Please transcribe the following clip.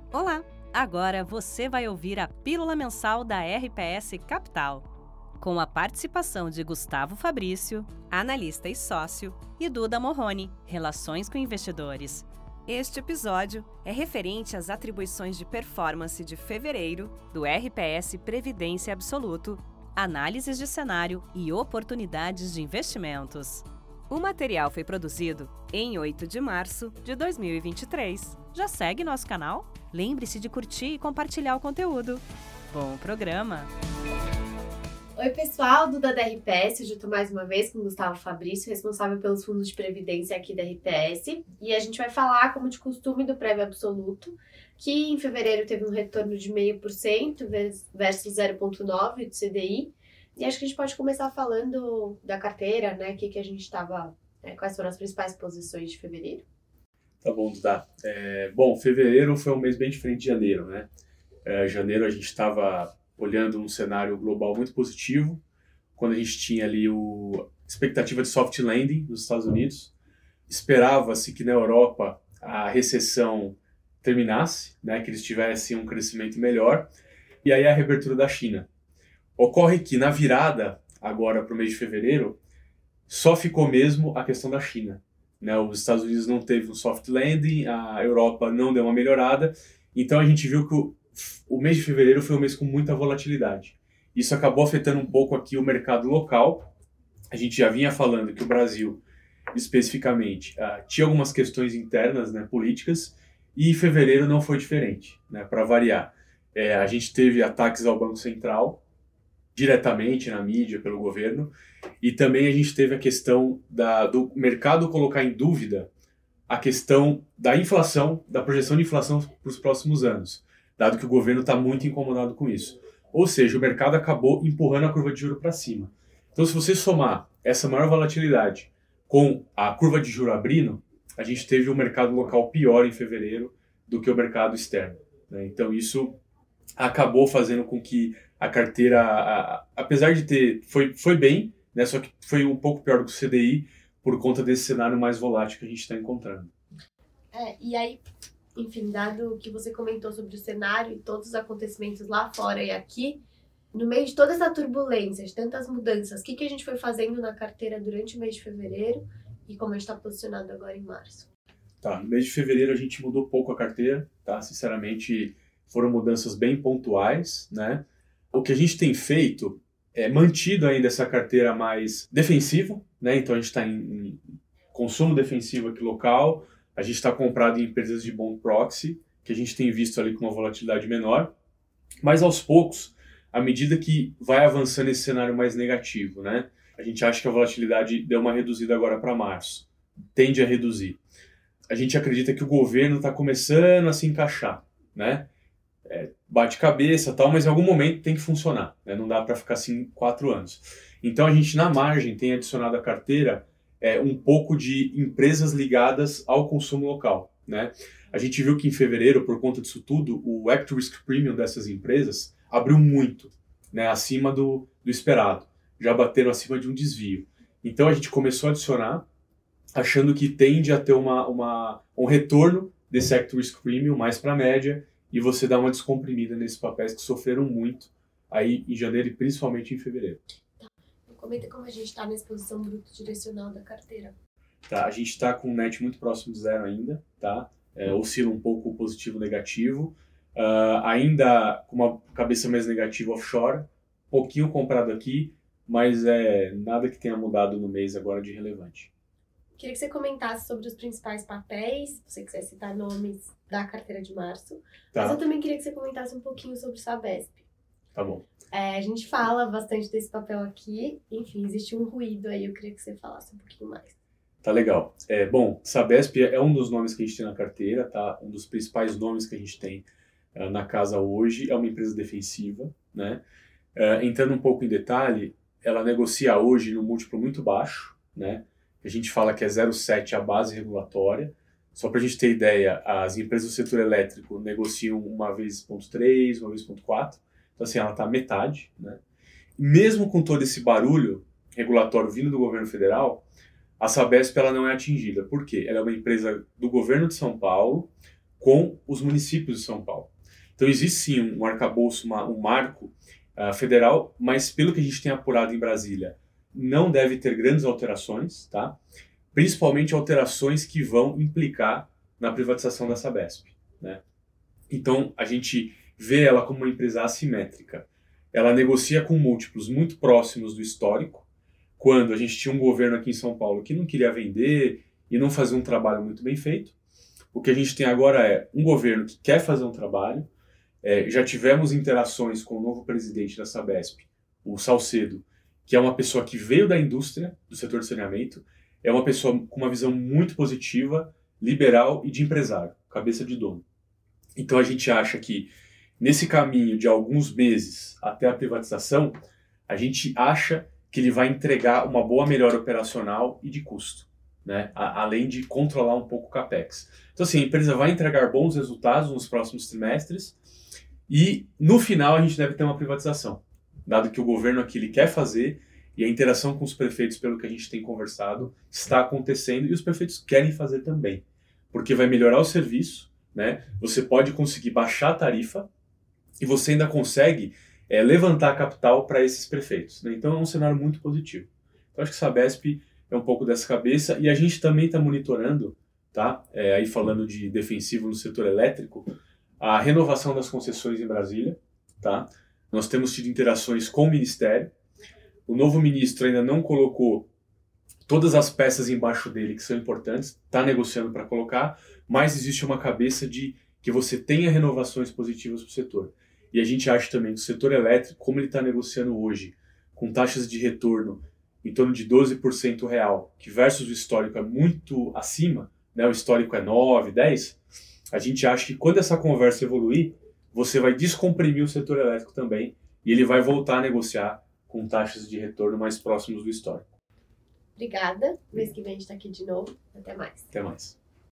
Olá! Agora você vai ouvir a Pílula Mensal da RPS Capital, com a participação de Gustavo Fabrício, analista e sócio, e Duda Morrone, Relações com Investidores. Este episódio é referente às atribuições de performance de fevereiro do RPS Previdência Absoluto, análises de cenário e oportunidades de investimentos. O material foi produzido em 8 de março de 2023. Já segue nosso canal? Lembre-se de curtir e compartilhar o conteúdo. Bom programa! Oi pessoal, Duda da RPS, hoje eu estou mais uma vez com o Gustavo Fabrício, responsável pelos fundos de previdência aqui da RPS, e a gente vai falar, como de costume, do Prévio Absoluto, que em fevereiro teve um retorno de 0,5% versus 0,9% do CDI, e acho que a gente pode começar falando da carteira, né, que a gente estava, quais foram as principais posições de fevereiro. Tá bom, Duda. Bom, fevereiro foi um mês bem diferente de janeiro, né? Janeiro a gente estava olhando um cenário global muito positivo, quando a gente tinha ali a expectativa de soft landing nos Estados Unidos. Esperava-se que na Europa a recessão terminasse, né, que eles tivessem um crescimento melhor, e aí a reabertura da China. Ocorre que na virada, agora para o mês de fevereiro, só ficou mesmo a questão da China. Né? Os Estados Unidos não teve um soft landing, a Europa não deu uma melhorada, então a gente viu que o mês de fevereiro foi um mês com muita volatilidade. Isso acabou afetando um pouco aqui o mercado local. A gente já vinha falando que o Brasil, especificamente, tinha algumas questões internas, né, políticas, e fevereiro não foi diferente, né, para variar. A gente teve ataques ao Banco Central, diretamente na mídia, pelo governo, e também a gente teve a questão do mercado colocar em dúvida a questão da inflação, da projeção de inflação para os próximos anos, dado que o governo está muito incomodado com isso. Ou seja, o mercado acabou empurrando a curva de juros para cima. Então, se você somar essa maior volatilidade com a curva de juros abrindo, a gente teve um mercado local pior em fevereiro do que o mercado externo, né? Então, isso acabou fazendo com que a carteira, apesar de ter... Foi bem, né? Só que foi um pouco pior do que o CDI por conta desse cenário mais volátil que a gente está encontrando. E aí, enfim, dado que você comentou sobre o cenário e todos os acontecimentos lá fora e aqui, no meio de toda essa turbulência, de tantas mudanças, o que a gente foi fazendo na carteira durante o mês de fevereiro e como a gente está posicionado agora em março? Tá, no mês de fevereiro a gente mudou pouco a carteira, tá? Sinceramente, foram mudanças bem pontuais, né? O que a gente tem feito é mantido ainda essa carteira mais defensiva, né? Então a gente está em consumo defensivo aqui local, a gente está comprado em empresas de bond proxy, que a gente tem visto ali com uma volatilidade menor, mas aos poucos, à medida que vai avançando esse cenário mais negativo, né? A gente acha que a volatilidade deu uma reduzida agora para março, tende a reduzir. A gente acredita que o governo está começando a se encaixar, né? Bate cabeça e tal, mas em algum momento tem que funcionar, né? Não dá para ficar assim 4 anos. Então a gente, na margem, tem adicionado à carteira um pouco de empresas ligadas ao consumo local, né? A gente viu que em fevereiro, por conta disso tudo, o Equity Risk Premium dessas empresas abriu muito, né? Acima do esperado. Já bateram acima de um desvio. Então a gente começou a adicionar, achando que tende a ter um retorno desse Equity Risk Premium mais para a média, e você dá uma descomprimida nesses papéis que sofreram muito aí em janeiro e principalmente em fevereiro. Comenta como a gente está na exposição bruto direcional da carteira. Tá, a gente está com um net muito próximo de zero ainda, tá? Oscila um pouco positivo negativo, ainda com uma cabeça mais negativa offshore, pouquinho comprado aqui, mas nada que tenha mudado no mês agora de relevante. Queria que você comentasse sobre os principais papéis, se você quiser citar nomes da carteira de março. Tá. Mas eu também queria que você comentasse um pouquinho sobre o Sabesp. Tá bom. A gente fala bastante desse papel aqui, enfim, existe um ruído aí, eu queria que você falasse um pouquinho mais. Tá legal. Bom, Sabesp é um dos nomes que a gente tem na carteira, tá? Um dos principais nomes que a gente tem na casa hoje, é uma empresa defensiva, né? Entrando um pouco em detalhe, ela negocia hoje num múltiplo muito baixo, né? A gente fala que é 0,7 a base regulatória. Só para a gente ter ideia, as empresas do setor elétrico negociam uma vez 0,3, uma vez 0,4. Então, assim, ela está à metade, né? Mesmo com todo esse barulho regulatório vindo do governo federal, a Sabesp ela não é atingida. Por quê? Ela é uma empresa do governo de São Paulo, com os municípios de São Paulo. Então existe sim um arcabouço, um marco federal, mas pelo que a gente tem apurado em Brasília, não deve ter grandes alterações, tá? Principalmente alterações que vão implicar na privatização da Sabesp, né? Então a gente vê ela como uma empresa assimétrica. Ela negocia com múltiplos muito próximos do histórico, quando a gente tinha um governo aqui em São Paulo que não queria vender e não fazia um trabalho muito bem feito. O que a gente tem agora é um governo que quer fazer um trabalho. Já tivemos interações com o novo presidente da Sabesp, o Salcedo, que é uma pessoa que veio da indústria, do setor de saneamento, é uma pessoa com uma visão muito positiva, liberal e de empresário, cabeça de dono. Então a gente acha que nesse caminho de alguns meses até a privatização, a gente acha que ele vai entregar uma boa melhora operacional e de custo, né? Além de controlar um pouco o CAPEX. Então assim, a empresa vai entregar bons resultados nos próximos trimestres e no final a gente deve ter uma privatização, dado que o governo aqui ele quer fazer e a interação com os prefeitos, pelo que a gente tem conversado, está acontecendo e os prefeitos querem fazer também, porque vai melhorar o serviço, né? Você pode conseguir baixar a tarifa e você ainda consegue levantar capital para esses prefeitos, né? Então é um cenário muito positivo. Então acho que a Sabesp é um pouco dessa cabeça e a gente também está monitorando, tá? Aí falando de defensivo no setor elétrico, a renovação das concessões em Brasília, tá? Nós temos tido interações com o Ministério. O novo ministro ainda não colocou todas as peças embaixo dele que são importantes, está negociando para colocar, mas existe uma cabeça de que você tenha renovações positivas para o setor. E a gente acha também que o setor elétrico, como ele está negociando hoje, com taxas de retorno em torno de 12% real, que versus o histórico é muito acima, né? O histórico é 9, 10, a gente acha que quando essa conversa evoluir, você vai descomprimir o setor elétrico também e ele vai voltar a negociar com taxas de retorno mais próximos do histórico. Obrigada. Mês que vem a gente está aqui de novo. Até mais. Até mais.